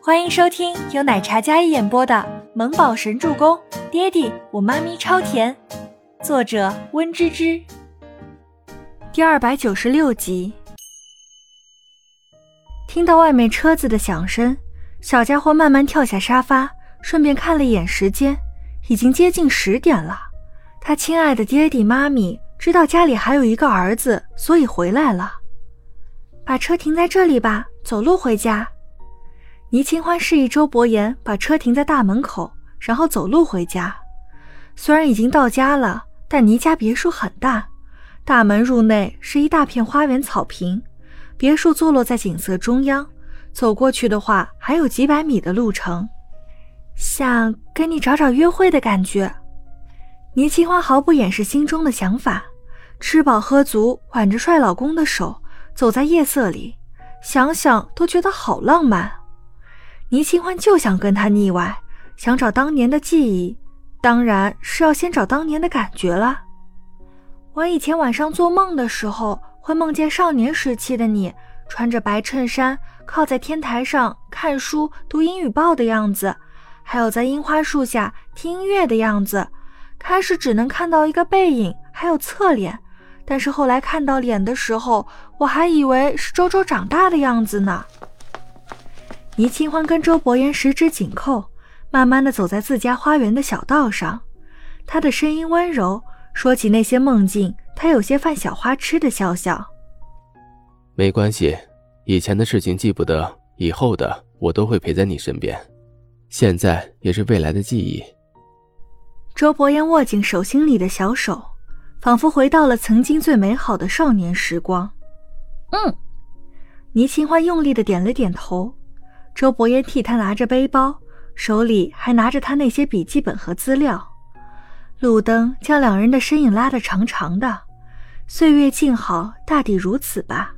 欢迎收听由奶茶嘉一演播的《萌宝神助攻》，爹地我妈咪超甜，作者温芝芝。第296集。听到外面车子的响声，小家伙慢慢跳下沙发，顺便看了一眼时间，已经接近10点了。他亲爱的爹地妈咪知道家里还有一个儿子，所以回来了。把车停在这里吧，走路回家。倪清欢示意周伯言把车停在大门口，然后走路回家。虽然已经到家了，但倪家别墅很大，大门入内是一大片花园草坪，别墅坐落在景色中央，走过去的话还有几百米的路程。想跟你找找约会的感觉。倪清欢毫不掩饰心中的想法，吃饱喝足，挽着帅老公的手走在夜色里，想想都觉得好浪漫。倪清欢就想跟他腻歪，想找当年的记忆，当然是要先找当年的感觉了。我以前晚上做梦的时候，会梦见少年时期的你，穿着白衬衫，靠在天台上看书读英语报的样子，还有在樱花树下听音乐的样子。开始只能看到一个背影，还有侧脸，但是后来看到脸的时候，我还以为是周周长大的样子呢。倪清欢跟周伯言十指紧扣，慢慢地走在自家花园的小道上。他的声音温柔，说起那些梦境，他有些犯小花痴的笑笑。 没关系，以前的事情记不得，以后的我都会陪在你身边，现在也是未来的记忆。 周伯言握紧手心里的小手，仿佛回到了曾经最美好的少年时光。倪清欢用力地点了点头。周伯言替他拿着背包，手里还拿着他那些笔记本和资料。路灯将两人的身影拉得长长的，岁月静好，大抵如此吧。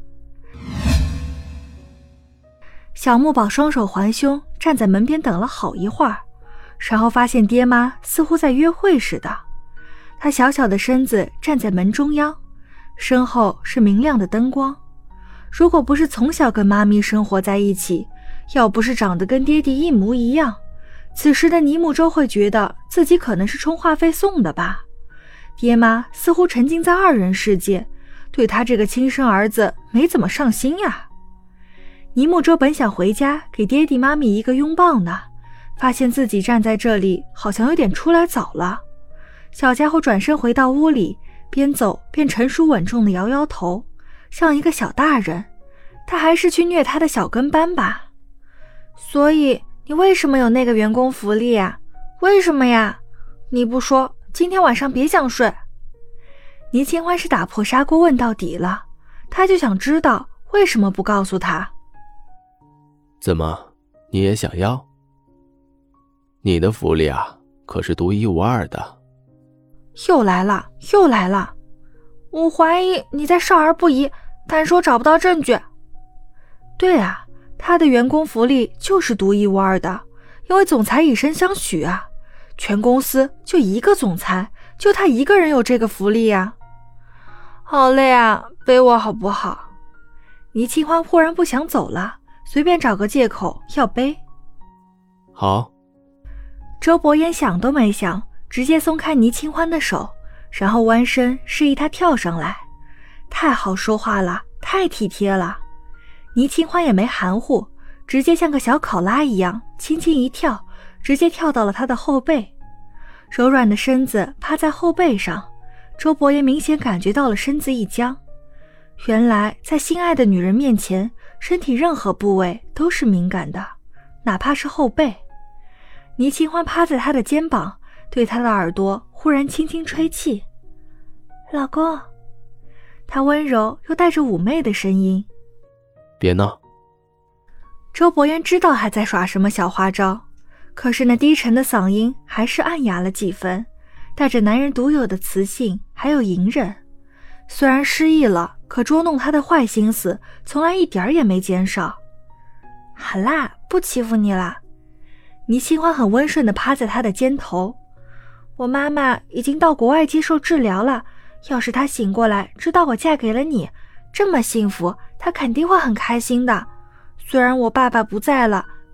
小木宝双手环胸，站在门边等了好一会儿，然后发现爹妈似乎在约会似的。他小小的身子站在门中央，身后是明亮的灯光。如果不是从小跟妈咪生活在一起，要不是长得跟爹地一模一样，此时的倪木舟会觉得自己可能是充话费送的吧。爹妈似乎沉浸在二人世界，对他这个亲生儿子没怎么上心呀。倪木舟本想回家给爹地妈咪一个拥抱呢，发现自己站在这里好像有点出来早了。小家伙转身回到屋里，边走边成熟稳重地摇摇头，像一个小大人。他还是去虐他的小跟班吧。所以你为什么有那个员工福利啊？为什么呀？你不说，今天晚上别想睡。倪清欢是打破砂锅问到底了，他就想知道为什么不告诉他。 怎么，你也想要？你的福利啊，可是独一无二的。 又来了，又来了。我怀疑你在少儿不宜，但是我找不到证据。对啊，他的员工福利就是独一无二的，因为总裁以身相许啊，全公司就一个总裁，就他一个人有这个福利啊。好累啊，背我好不好？倪清欢忽然不想走了，随便找个借口要背。 好。 周伯言想都没想，直接松开倪清欢的手，然后弯身示意他跳上来。太好说话了，太体贴了。倪清欢也没含糊，直接像个小考拉一样轻轻一跳，直接跳到了他的后背。柔软的身子趴在后背上，周伯言明显感觉到了身子一僵。原来在心爱的女人面前，身体任何部位都是敏感的，哪怕是后背。倪清欢趴在他的肩膀，对他的耳朵忽然轻轻吹气。老公。他温柔又带着妩媚的声音。 别闹。 周伯言知道还在耍什么小花招，可是那低沉的嗓音还是暗哑了几分，带着男人独有的磁性还有隐忍。虽然失忆了，可捉弄他的坏心思从来一点也没减少。好啦，不欺负你了。倪清欢很温顺地趴在他的肩头。我妈妈已经到国外接受治疗了，要是她醒过来知道我嫁给了你，这么幸福，她肯定会很开心的。虽然我爸爸不在了，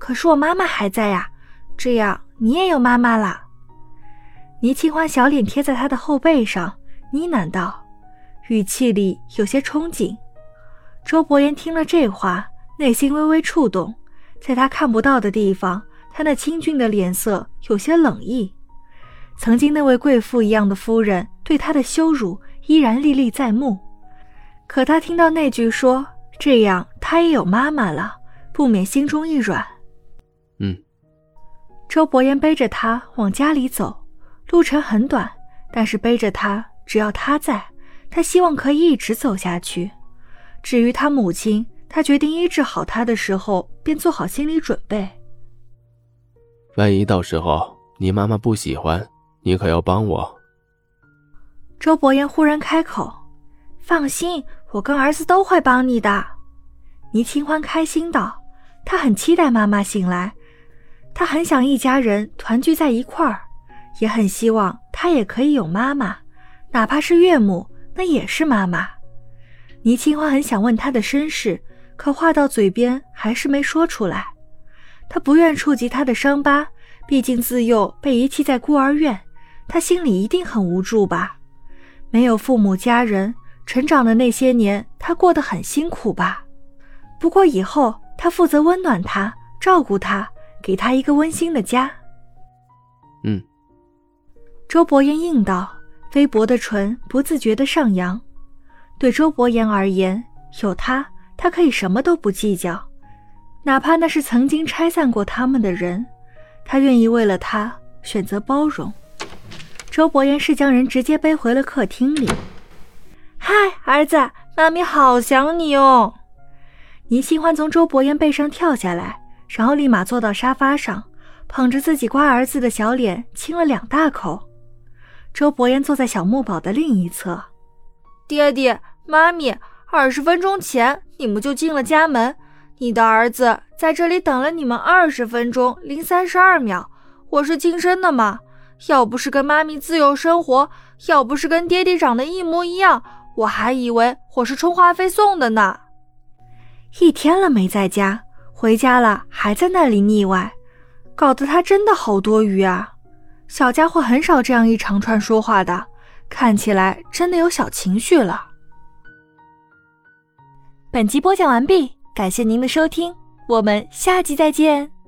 可是我妈妈还在呀，这样你也有妈妈了。倪清欢小脸贴在他的后背上，呢喃道，语气里有些憧憬。周伯言听了这话，内心微微触动，在他看不到的地方，他那清俊的脸色有些冷意。曾经那位贵妇一样的夫人对他的羞辱依然历历在目，可他听到那句说这样他也有妈妈了，不免心中一软。周伯言背着他往家里走，路程很短，但是背着他，只要他在，他希望可以一直走下去。至于他母亲，他决定医治好他的时候便做好心理准备。 万一到时候你妈妈不喜欢，你可要帮我。 周伯言忽然开口，放心，我跟儿子都会帮你的。倪清欢开心道，他很期待妈妈醒来，他很想一家人团聚在一块儿，也很希望他也可以有妈妈，哪怕是岳母，那也是妈妈。倪清欢很想问他的身世，可话到嘴边还是没说出来。他不愿触及他的伤疤，毕竟自幼被遗弃在孤儿院，他心里一定很无助吧。没有父母家人，成长的那些年他过得很辛苦吧。不过以后他负责温暖他，照顾他，给他一个温馨的家。周伯言应道，微薄的唇不自觉地上扬。对周伯言而言，有他可以什么都不计较，哪怕那是曾经拆散过他们的人，他愿意为了他选择包容。周伯言是将人直接背回了客厅里。嗨，儿子，妈咪好想你哦。倪清欢从周伯言背上跳下来，然后立马坐到沙发上，捧着自己乖儿子的小脸亲了2大口。周伯言坐在小木宝的另一侧。爹爹，妈咪，20分钟前你们就进了家门，你的儿子在这里等了你们20分钟零32秒，我是亲生的吗？要不是跟妈咪自由生活，要不是跟爹爹长得一模一样，我还以为我是充话费送的呢。1天了没在家，回家了还在那里腻歪，搞得他真的好多余啊。小家伙很少这样一长串说话的，看起来真的有小情绪了。本集播讲完毕，感谢您的收听，我们下集再见。